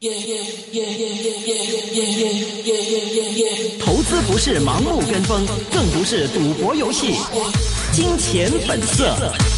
投资不是盲目跟风，更不是赌博游戏。金钱本色。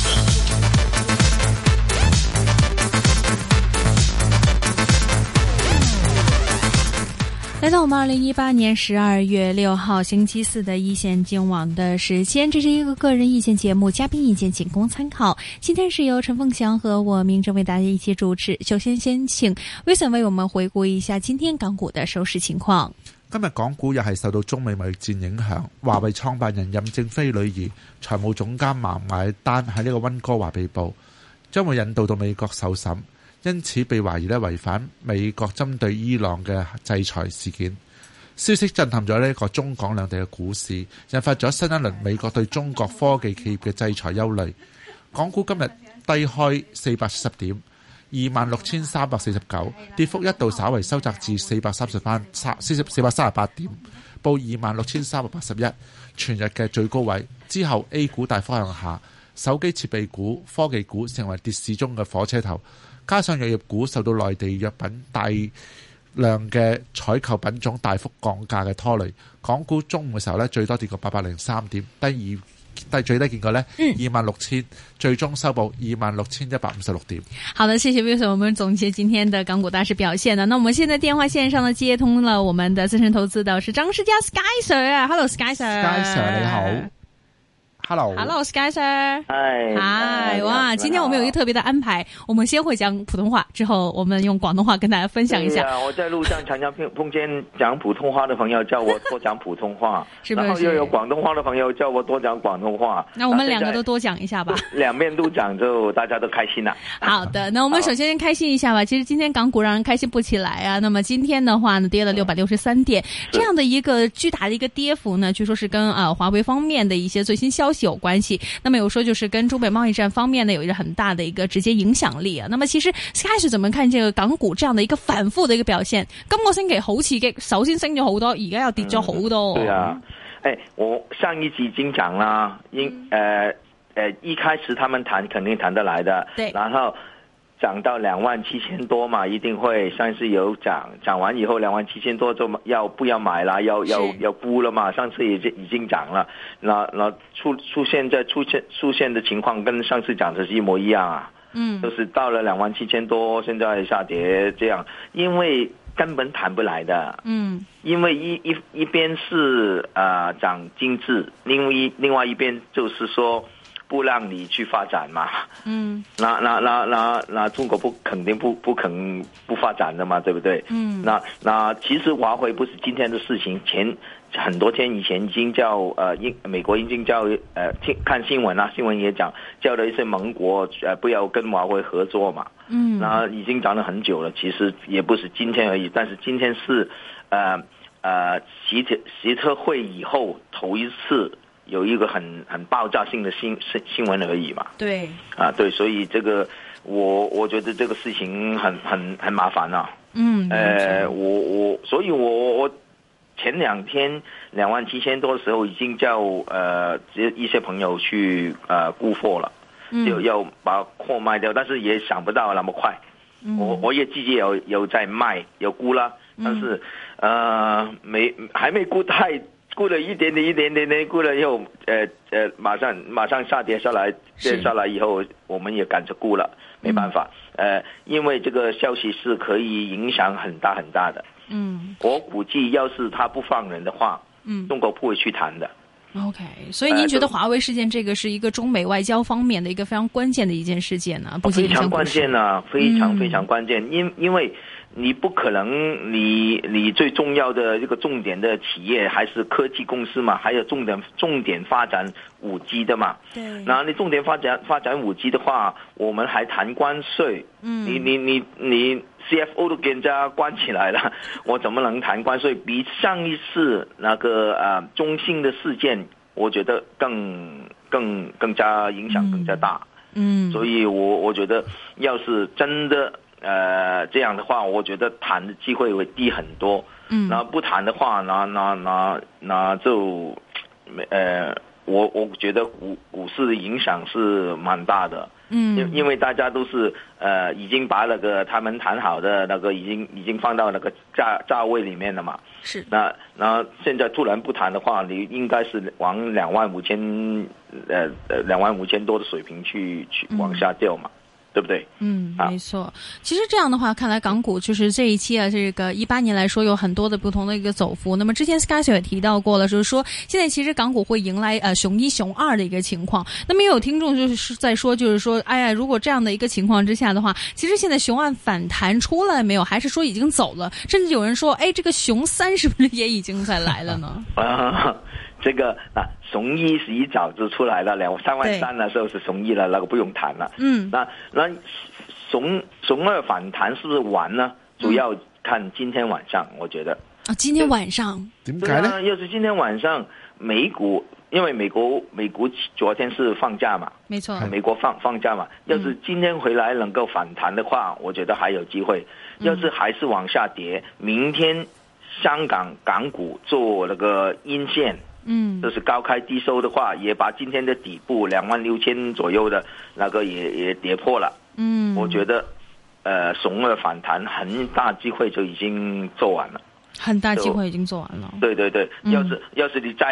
来到我们2018年12月6号星期四的一线金网的时间，这是一个个人意见节目，嘉宾意见仅供参考。今天是由陈凤祥和我明正为大家一起主持。首先请 Wilson 为我们回顾一下今天港股的收市情況。 今日港股又係受到中美貿易戰影響，華為創辦人任正非女兒、財務總監孟晚丹喺呢個溫哥華被捕，將會引渡到美國受審。因此被懷疑違反美國針對伊朗嘅制裁事件。消息震撼咗呢個中港兩地嘅股市，引發咗新一輪美國對中國科技企業嘅制裁憂慮。港股今日低開470點，26,349，跌幅一度稍為收窄至438點，報26,381，全日嘅最高位。之後 A 股大方向下，手機設備股、科技股成為跌市中嘅火車頭。加上藥業股受到內地藥品大量嘅採購品種大幅降價嘅拖累，港股中午嘅時候呢，最多跌過803點，最低見過呢26,000，最終收報26,156點。 好的，謝謝 Wilson， 我們總結今天的港股大市表現呢。那我們現在電話線上呢接通了我們的資深投資導師張士佳 Sky Sir。Hello Sky Sir。Sky Sir 你好。Hello Sky Sir。 嗨， 哇，今天我們有一個特別的安排，我們先會講普通話，之後我們用廣東話跟大家分享一下。 我在路上常常碰見講普通話的朋友叫我多講普通話， 是不是？ 然後又有廣東話的朋友叫我多講廣東話。 那我們兩個都多講一下吧。 兩面都講就大家都開心了。 好的，那我們首先開心一下吧。其實今天港股讓人開心不起來啊。那麼今天的話呢，跌了663點，這樣的一個巨大的一個跌幅呢，據說是跟華為方面的一些最新消息有關係。那麼有說就是跟中美貿易戰方面呢有一個很大的一個直接影響力啊。那麼其實 Sky 是怎麼看這個港股這樣的一個反覆的一個表現？今個星期好刺激，首先升咗好多，而家又跌咗好多。 對啊，我上一集已經講啦，一開始他們談肯定談得來的， 對， 然後漲到27,000多嘛，一定會上次有漲完以後27,000多就要不要買啦，要沽了嘛，上次已經漲了，那出現的情況跟上次講的是一模一樣啊，就是到了27,000多，現在下跌這樣，因為根本談不來的，因為一邊是漲經濟，另外一邊就是說不讓你去發展嘛，那中國肯定不發展的嘛，對不對？那其實華為不是今天的事情，很多天以前已經叫美國已經叫看新聞啦，新聞也講叫了一些盟國不要跟華為合作嘛，那已經講了很久了，其實也不是今天而已，但是今天是習特會以後頭一次有一個很爆炸性的新聞而已嘛。對對，所以這個我覺得這個事情很麻煩啊。所以我前兩天27,000多的時候已經叫一些朋友去沽貨了，就要把貨賣掉，但是也想不到那麼快。我也自己有在賣，有沽了，但是還沒沽太。沽了一點點，沽了以後，馬上下跌下來，跌下來以後，我們也趕着沽了，沒辦法，因為這個消息是可以影響很大很大的，我估計要是他不放人的話，中國不會去談的。 OK， 所以您覺得華為事件這個是一個中美外交方面的一個非常關鍵的一件事件呢？ 非常關鍵啊，非常非常關鍵，因為你不可能你最重要的這個重點的企業還是科技公司嘛，還有重點發展 5G 的嘛。對。那你重點發展 5G 的話，我們還談關稅。你 CFO 都給人家關起來了，我怎麼能談關稅？比上一次那個中興的事件，我覺得更加影響更加大。所以我覺得要是真的這樣的話，我覺得談的機會會低很多。那不談的話，那就我覺得股市的影響是蠻大的。 因为大家都是已经把那个他们谈好的那个已经放到那个价位里面了嘛。 是。 那现在突然不谈的话，你应该是往25000多的水平去往下掉嘛。对不对？ 没错。其实这样的话，看来港股就是这一期啊，这个18年来说有很多的不同的一个走幅。那么之前 Sky 也提到过了，就是说现在其实港股会迎来熊一熊二的一个情况。那么也有听众就是在说，就是说，哎呀，如果这样的一个情况之下的话，其实现在熊二反弹出来没有？还是说已经走了？甚至有人说，哎，这个熊三是不是也已经在来了呢？ 这个熊一是一早就出来了，33000的时候是熊一了，那个不用谈了。那熊二反弹是不是完呢？主要看今天晚上，我觉得。 今天晚上點解呢？ 要是今天晚上美股，因为美国昨天是放假嘛， 没错， 美国放假嘛。要是今天回来能够反弹的话，我觉得还有机会。要是还是往下跌，明天香港股做那个阴线。就是高开低收的话，也把今天的底部26000左右的那个也跌破了。我觉得熊二反弹很大机会就已经做完了。 很大机会已经做完了。 对对对，要是你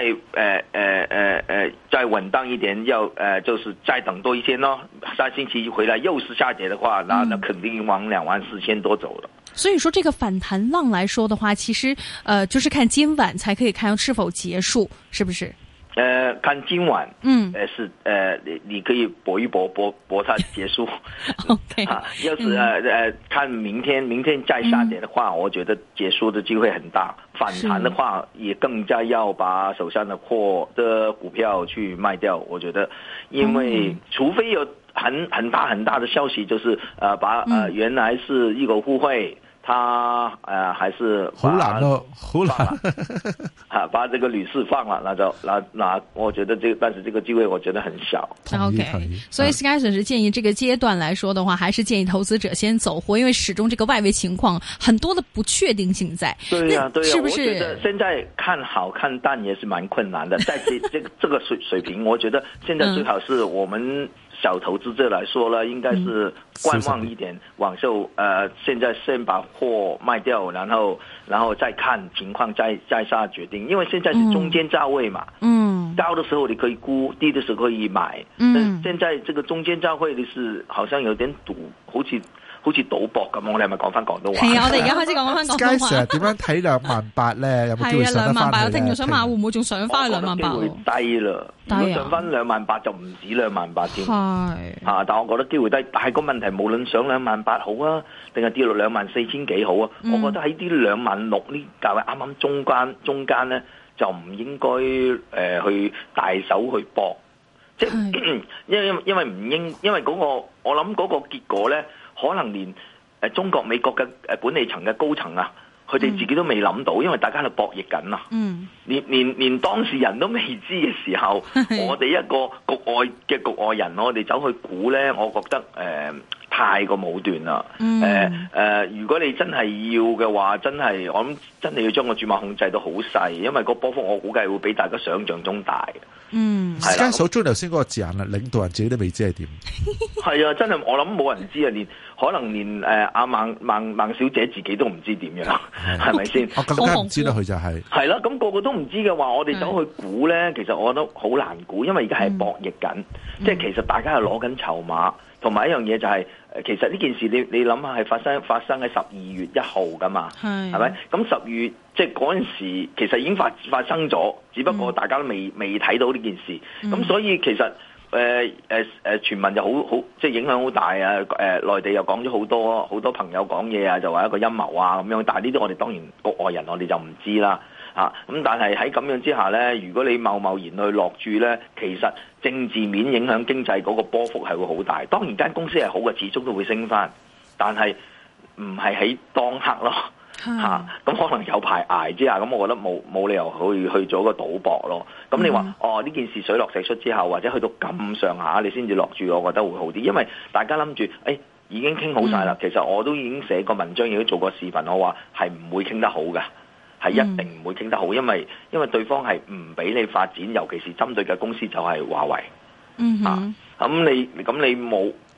再稳当一点，就是再等多一天咯，下星期回来又是下跌的话，那肯定往24000多走了。 所以说这个反弹浪来说的话，其实就是看今晚才可以看是否结束，是不是？ 看今晚，是你可以搏一搏它结束。 OK， 要是看明天再下跌的话，我觉得结束的机会很大。反弹的话，也更加要把手上的股票去卖掉。我觉得，因为除非有很大的消息，就是原来是一个互惠。他还是好难咯，好难把这个女士放了，那我觉得但是这个机会我觉得很小。 OK， 所以 Sky 是建议这个阶段来说的话，还是建议投资者先走货，因为始终这个外围情况很多的不确定性在。 对呀， 是不是？ 我觉得现在看好看淡也是蛮困难的，在这个水平，我觉得现在最好是我们小投资者来说呢，应该是观望一点，往后现在先把货卖掉，然后再看情况再下决定，因为现在是中间价位嘛，高的时候你可以估，低的时候可以買，但現在這個中間價位你是好像有點賭，好似賭博咁，我哋係咪講翻廣東話？ 係啊，我哋而家開始講翻廣東話。 Sky 點樣睇28000咧？有冇機會上得翻嚟咧？28000，我聽眾想問會唔會仲上翻去28000？ 機會低啦，如果上翻28000就唔止28000添。係但我覺得機會低。但係個問題，無論上28000好啊，定係跌落24000幾好啊，我覺得喺啲26000呢價位啱啱中間咧，就唔應該去大手去搏。即係因為唔應，因為嗰個我諗嗰個結果咧。可能連中國美國嘅管理層嘅高層啊，佢哋自己都未諗到，因為大家喺度博弈緊啊。連當事人都未知嘅時候，我哋一個局外人，我哋走去估咧，我覺得太過武斷啦。如果你真係要嘅話，我諗真係要將個注碼控制到好細，因為個波幅我估計會比大家想象中大。 係啦，手中頭先嗰個字眼啦，領導人自己都未知係點。 係啊，真係我諗冇人知啊，可能連阿孟小姐自己都唔知點樣，係咪先？ 我更加唔知啦，佢就係。 係啦，咁個個都唔知嘅話，我哋走去估咧，其實我覺得好難估，因為而家係博弈緊，即係其實大家係攞緊籌碼，同埋一樣嘢就係。其實呢件事你諗下係發生喺12月1號㗎嘛，係咪？咁12月即係嗰陣時，其實已經發生咗，只不過大家都未睇到呢件事。咁所以其實傳聞就好即係影響好大啊！內地又講咗好多朋友講嘢啊，就話一個陰謀啊咁樣。但係呢啲我哋當然局外人我哋就唔知啦。咁但係喺咁樣之下呢，如果你貿然去落注呢，其實政治面影響經濟嗰個波幅係會好大。當然間公司係好嘅，始終都會升翻，但係唔係喺當刻咯。咁可能有排捱之下，咁我覺得冇理由去做一個賭博咯。咁你話呢件事水落石出之後，或者去到咁上下你先至落注，我覺得會好啲，因為大家諗住已經傾好晒啦。其實我都已經寫過文章，亦都做過視頻，我話係唔會傾得好嘅。係一定唔會傾得好，因為對方係唔俾你發展，尤其是針對嘅公司就係華為。咁你冇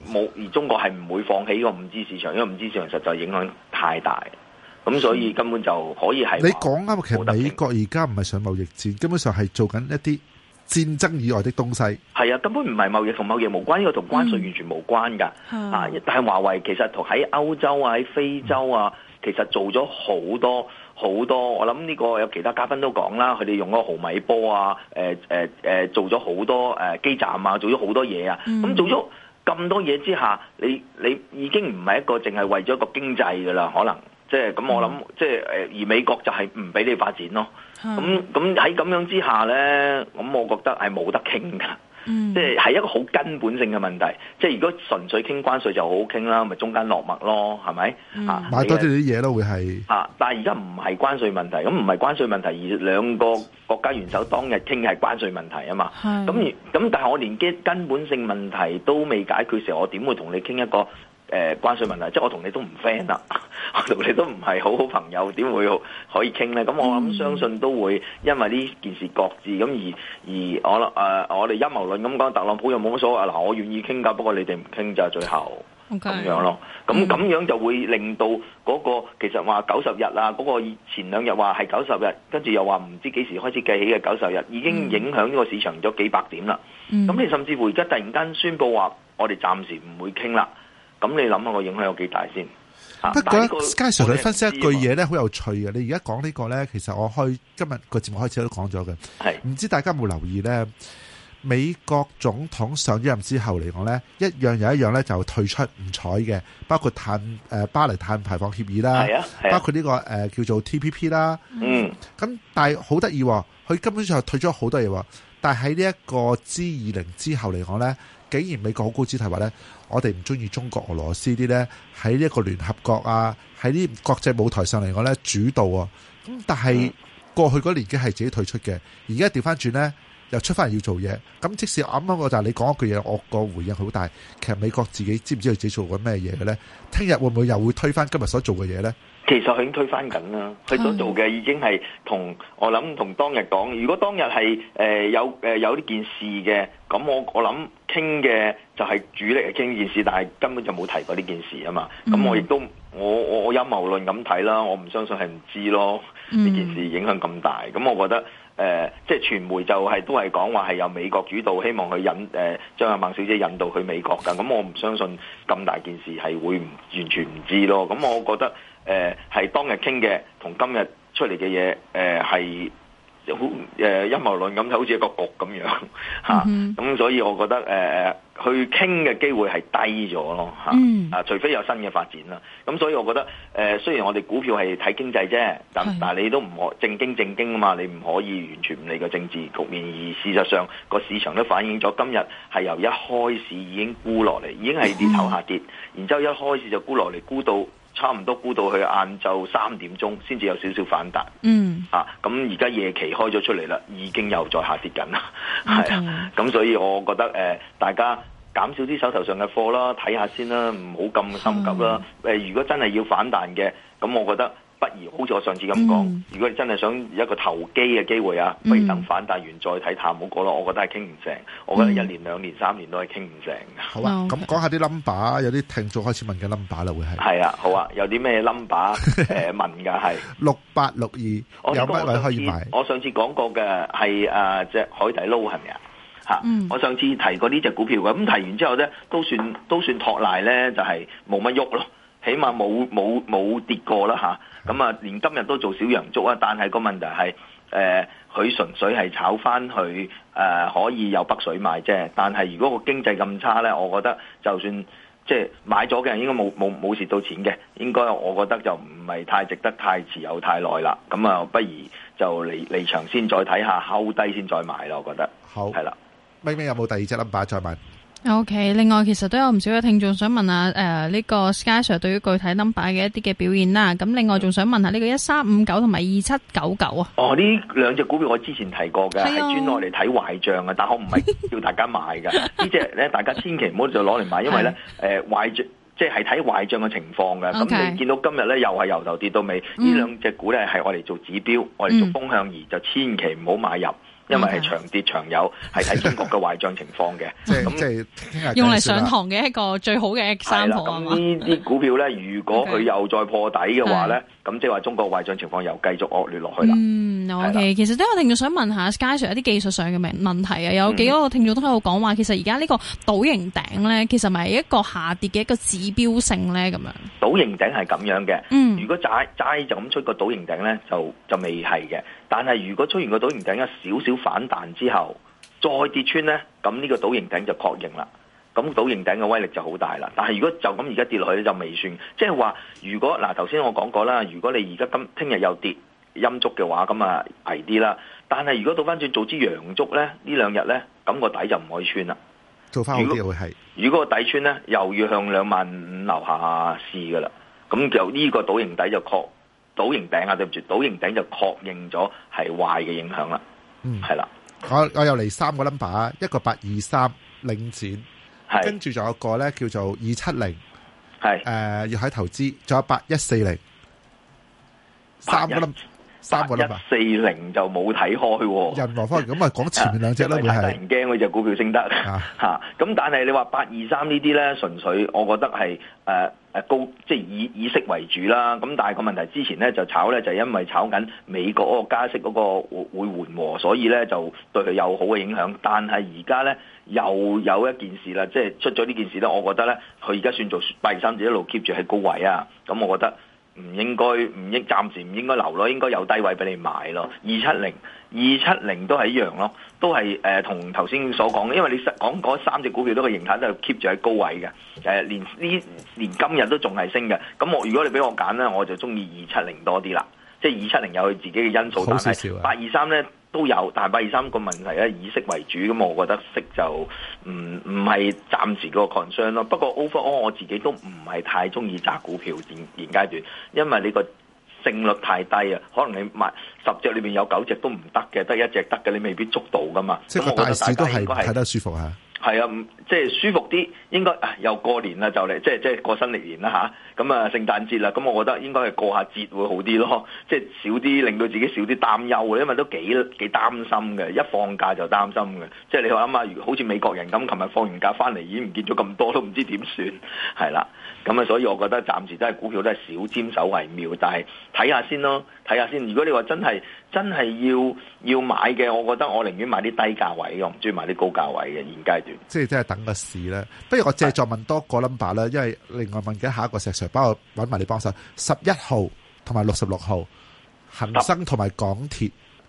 而中國係唔會放棄呢個 5G 市場，因為 5G 市場實在影響太大，咁所以根本就可以係你講啱。其實美國而家唔係上貿易戰，根本上係做緊一啲戰爭以外的東西。係啊，根本唔係貿易，同貿易無關，呢個同關稅完全無關㗎。但係華為其實同喺歐洲啊、喺非洲啊，其實做咗好多。我諗呢個有其他嘉賓都講啦，佢哋用嗰個毫米波啊，做咗好多基站啊，做咗好多嘢啊。咁做咗咁多嘢之下，你已經唔係一個淨係為咗一個經濟㗎啦，可能即係咁我諗即係而美國就係唔俾你發展咯。咁喺咁樣之下咧，咁我覺得係冇得傾㗎。即係一個好根本性嘅問題，即係如果純粹傾關稅就好好傾啦，咪中間落墨咯，係咪？ 買多啲啲嘢咯，會係但係而家唔係關稅問題，咁唔係關稅問題，而兩個國家元首當日傾係關稅問題啊嘛。咁但係我連根本性問題都未解決時候，我點會同你傾一個關稅問題？即係我同你都唔 friend 啦，我同你都唔係好好朋友，點會可以傾咧？咁我諗相信都會因為呢件事各自咁而我哋陰謀論咁講，特朗普又冇乜所謂嗱，我願意傾㗎，不過你哋唔傾就係最後咁樣咯。咁樣就會令到嗰個其實話90日啊，嗰個前兩日話係90日，跟住又話唔知幾時開始計起嘅90日，已經影響呢個市場咗幾百點啦。咁你甚至乎而家突然間宣佈話我哋暫時唔會傾啦。咁你諗下個影響有幾大先？ 不過咧，Sky Sir 你分析一句嘢咧，好有趣嘅。你而家講呢個咧，其實我今日個節目開始都講咗嘅。係唔知大家有冇留意咧？美國總統上任之後嚟講咧，有一樣咧就退出唔睬嘅，包括巴黎碳排放協議啦，包括呢個叫做 TPP 啦。咁但係好得意，佢根本上退咗好多嘢。但係喺呢一個 G20之後嚟講咧，竟然美國好高姿態話咧，我哋唔中意中國、俄羅斯啲咧喺呢一個聯合國啊，喺啲國際舞台上嚟講咧主導啊。咁但係過去嗰年紀係自己退出嘅，而家調翻轉咧又出翻嚟要做嘢。咁即使啱啱我就係你講一句嘢，我個回應好大。其實美國自己知唔知佢自己做緊咩嘢嘅咧？聽日會唔會又會推翻今日所做嘅嘢咧？ 其實佢已經推翻緊啦，佢所做嘅已經係同當日講。如果當日係有呢件事嘅，咁我諗傾嘅就係主力係傾呢件事，但係根本就冇提過呢件事啊嘛。咁我亦都我陰謀論咁睇啦，我唔相信係唔知咯。呢件事影響咁大，咁我覺得即係傳媒就都係講話係由美國主導，希望去將阿孟小姐引導去美國㗎。咁我唔相信咁大件事係會完全唔知咯。咁我覺得係當日傾嘅同今日出嚟嘅嘢係陰謀論咁，好似一個局咁樣嚇。咁所以我覺得去傾嘅機會係低咗咯嚇。除非有新嘅發展啦。咁所以我覺得雖然我哋股票係睇經濟啫，但係你都唔可正經啊嘛，你唔可以完全唔理個政治局面。而事實上個市場都反映咗，今日係由一開始已經沽落嚟，已經係跌頭下跌，然之後一開始就沽落嚟，沽到差唔多沽到去晏晝3點鐘先至有少少反彈。咁而家夜期開咗出嚟啦，已經又再下跌緊啦。係啊，咁所以我覺得大家減少啲手頭上嘅貨啦，睇下先啦，唔好咁心急啦。如果真係要反彈嘅，咁我覺得不如好似我上次咁講，如果你真係想一個投機嘅機會啊，不如等反彈完再睇淡好過咯。我覺得係傾唔成，我覺得1年、2年、3年都係傾唔成。 好啊，咁講下啲 number， 有啲聽眾開始問嘅 number 啦，會係。係啊，好啊，有啲咩 number 問㗎係 6862，有乜位可以買？ 我上次講過嘅係隻海底撈係咪啊？我上次提過呢隻股票嘅，咁提完之後咧，都算托賴咧，就係冇乜喐咯，起碼冇跌過啦嚇。咁連今日都做小陽燭啊，但係個問題係佢純粹係炒翻去可以有北水買啫。但係如果個經濟咁差咧，我覺得就算即係買咗嘅人應該冇蝕到錢嘅，應該我覺得就唔係太值得太持有太耐啦。咁不如就離場先，再睇下睺低先再買咯。我覺得好係啦。 咪有冇第二隻 number 再問 ？OK， 另外其實都有唔少嘅聽眾想問下呢個 Sky Sir 對於具體 number 嘅一啲嘅表現啦。咁另外仲想問下呢個1359同埋2799啊。呢兩隻股票我之前提過嘅，係專愛嚟睇壞帳嘅，但我唔係叫大家買嘅。呢隻咧大家千祈唔好就攞嚟買，因為咧壞帳即係睇壞帳嘅情況嘅。咁你見到今日咧又係由頭跌到尾，呢兩隻股咧係我哋做指標，我哋做風向儀，就千祈唔好買入。 因為係長跌長有，係睇中國嘅壞帳情況嘅。 咁用嚟上堂嘅一個最好嘅example啊嘛。咁呢啲股票咧，如果佢又再破底嘅話咧，咁即係話中國壞帳情況又繼續惡劣落去啦。 OK， 其實都有聽眾想問下 Sky Sir 一啲技術上嘅問題啊，有幾個聽眾都喺度講話，其實而家呢個倒形頂咧，其實咪係一個下跌嘅一個指標性咧咁樣。 倒形頂係咁樣嘅，如果齋就咁出個倒形頂咧，就未係嘅。但係如果出現個倒形頂有少少反彈之後，再跌穿咧，咁呢個倒形頂就確認啦。咁倒形頂嘅威力就好大啦。但係如果就咁而家跌落去咧，就未算。即係話，如果嗱頭先我講過啦，如果你而家聽日又跌陰燭嘅話，咁啊危啲啦。但係如果倒翻轉做支陽燭咧，呢兩日咧，咁個底就唔可以穿啦。 做翻好啲會係。 如果個底穿咧，又要向25,000樓下試噶啦。咁就呢個倒形底就倒形頂啊，對唔住，倒形頂就確認咗係壞嘅影響啦。係啦。 我又嚟3個 number， 一個823領展，跟住仲有個咧叫做270，係要喺投資，仲有8140，三個 number。 8140就冇睇開喎。 人和方面咁啊，講前面兩隻啦，會係。突然驚嗰隻股票升得嚇，咁但係你話823呢啲咧，純粹我覺得係高，即係以息為主啦。咁但係個問題之前咧就炒咧，就因為炒緊美國嗰個加息嗰個會緩和，所以咧就對佢有好嘅影響。但係而家咧又有一件事啦，即係出咗呢件事咧，我覺得咧佢而家算做823就一路 keep 住喺高位啊。咁我覺得暫時唔應該留咯，應該有低位俾你買咯。270都係一樣咯，都係同頭先所講，因為你講嗰3隻股票都個形態都係 keep 住喺高位嘅，連今日都仲係升嘅。咁如果你俾我揀咧，我就中意270多啲啦。即係270有佢自己嘅因素，但係823咧都有，但係823個問題咧以息為主，咁我覺得息就唔係暫時個 concern 咯。不過 overall 我自己都唔係太中意揸股票現階段，因為你個勝率太低啊，可能你買10隻裏邊有9隻都唔得嘅，得1隻得嘅，你未必捉到噶嘛。 即係個大市都係睇得舒服啊。 係啊，即係舒服啲，應該又過年啦，就嚟即係過新歷年啦嚇，咁聖誕節啦，咁我覺得應該係過下節會好啲咯，即係少啲令到自己少啲擔憂嘅，因為都幾擔心嘅，一放假就擔心嘅，即係你話諗下，好似美國人咁，琴日放完假翻嚟已經唔見咗咁多，都唔知點算，係啦，咁啊，所以我覺得暫時都係股票都係少沾手為妙，但係睇下先咯，睇下先。如果你話真係要買嘅，我覺得我寧願買啲低價位嘅，我唔中意買啲高價位嘅現階段。 即係真係等個市咧。不如我借助問多個 number 啦，因為另外問緊下一個石 Sir，幫我揾埋你幫手。11號同埋66號，恒生同埋港鐵。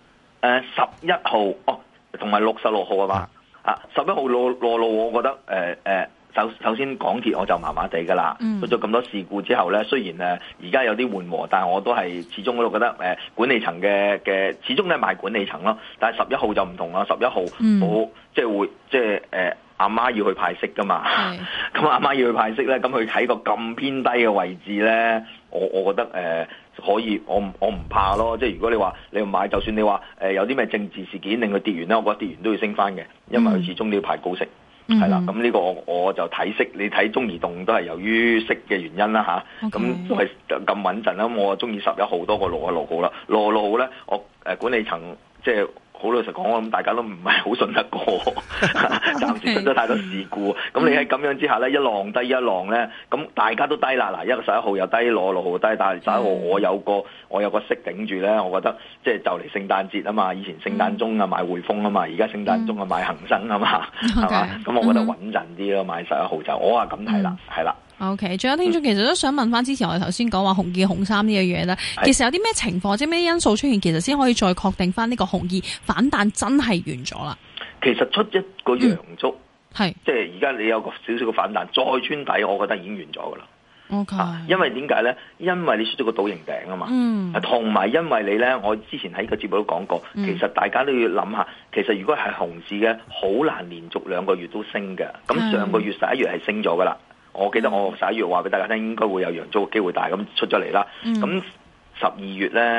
11號同埋66號啊嘛。11號路，我覺得首先港鐵我就麻麻地噶啦，出咗咁多事故之後咧，雖然而家有啲緩和，但係我都係始終都覺得管理層嘅始終都係賣管理層咯。但係11號就唔同啦，11號我即係會即係阿媽要去派息噶嘛，咁阿媽要去派息咧，咁佢喺個咁偏低嘅位置咧，我覺得可以，我唔怕咯。即係如果你話你買，就算你話有啲咩政治事件令佢跌完咧，我覺得跌完都要升翻嘅，因為佢始終都要派高息。係啦，咁呢個我就睇息，你睇中移動都係由於息嘅原因啦吓，咁都係咁穩陣啦。我中意11號多過66號啦。66號咧，我管理層即係好老實講，我諗大家都唔係好信得過，暫時出咗太多事故。咁你喺咁樣之下咧，一浪低一浪咧，咁大家都低啦。嗱，一個11號又低，66號低，但係11號我有個息頂住咧，我覺得即係就嚟聖誕節啊嘛，以前聖誕鐘啊買匯豐啊嘛，而家聖誕鐘啊買恒生啊嘛，係嘛？咁我覺得穩陣啲咯，買11號就我咁睇啦，係啦。 OK， 仲有聽眾其實都想問翻之前我哋頭先講話紅二紅三呢樣嘢咧，其實有啲咩情況或者咩因素出現，其實先可以再確定翻呢個紅二反彈真係完咗啦。 其實出一個陽燭，即係而家你有個少少嘅反彈，再穿底，我覺得已經完咗噶啦。 OK， 因為點解咧？因為你出咗個倒形頂啊嘛，同埋因為你咧，我之前喺個節目都講過，其實大家都要諗下，其實如果係熊市嘅，好難連續2個月都升嘅。咁上個月11月係升咗噶啦。我記得我11月話俾大家聽，應該會有陽燭嘅機會大，咁出咗嚟啦。咁12月咧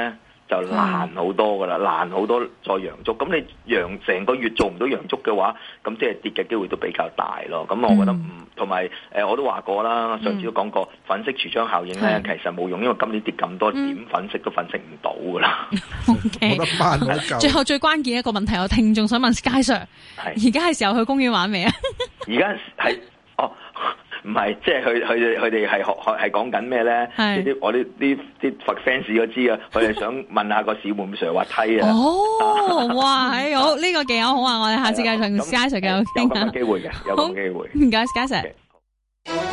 就難好多噶啦，難好多再陽燭。咁你成個月做唔到陽燭嘅話，咁即係跌嘅機會都比較大咯。咁我覺得同埋我都話過啦，上次都講過，粉飾櫥窗效應咧，其實冇用，因為今年跌咁多，點粉飾都粉飾唔到噶啦。 OK，最後最關鍵一個問題，我聽眾想問佳 Sir， 而家係時候去公園玩未啊？ 而家係唔係，即係佢哋係講緊咩咧？我啲 fans 都知啊，佢哋想問下個市會唔會上滑梯啊？ 哦，哇，好呢個技巧好啊！我哋下次繼續同佳 Sir 繼續傾啊。 有咁嘅機會嘅，有咁嘅機會。 唔該，佳 Sir。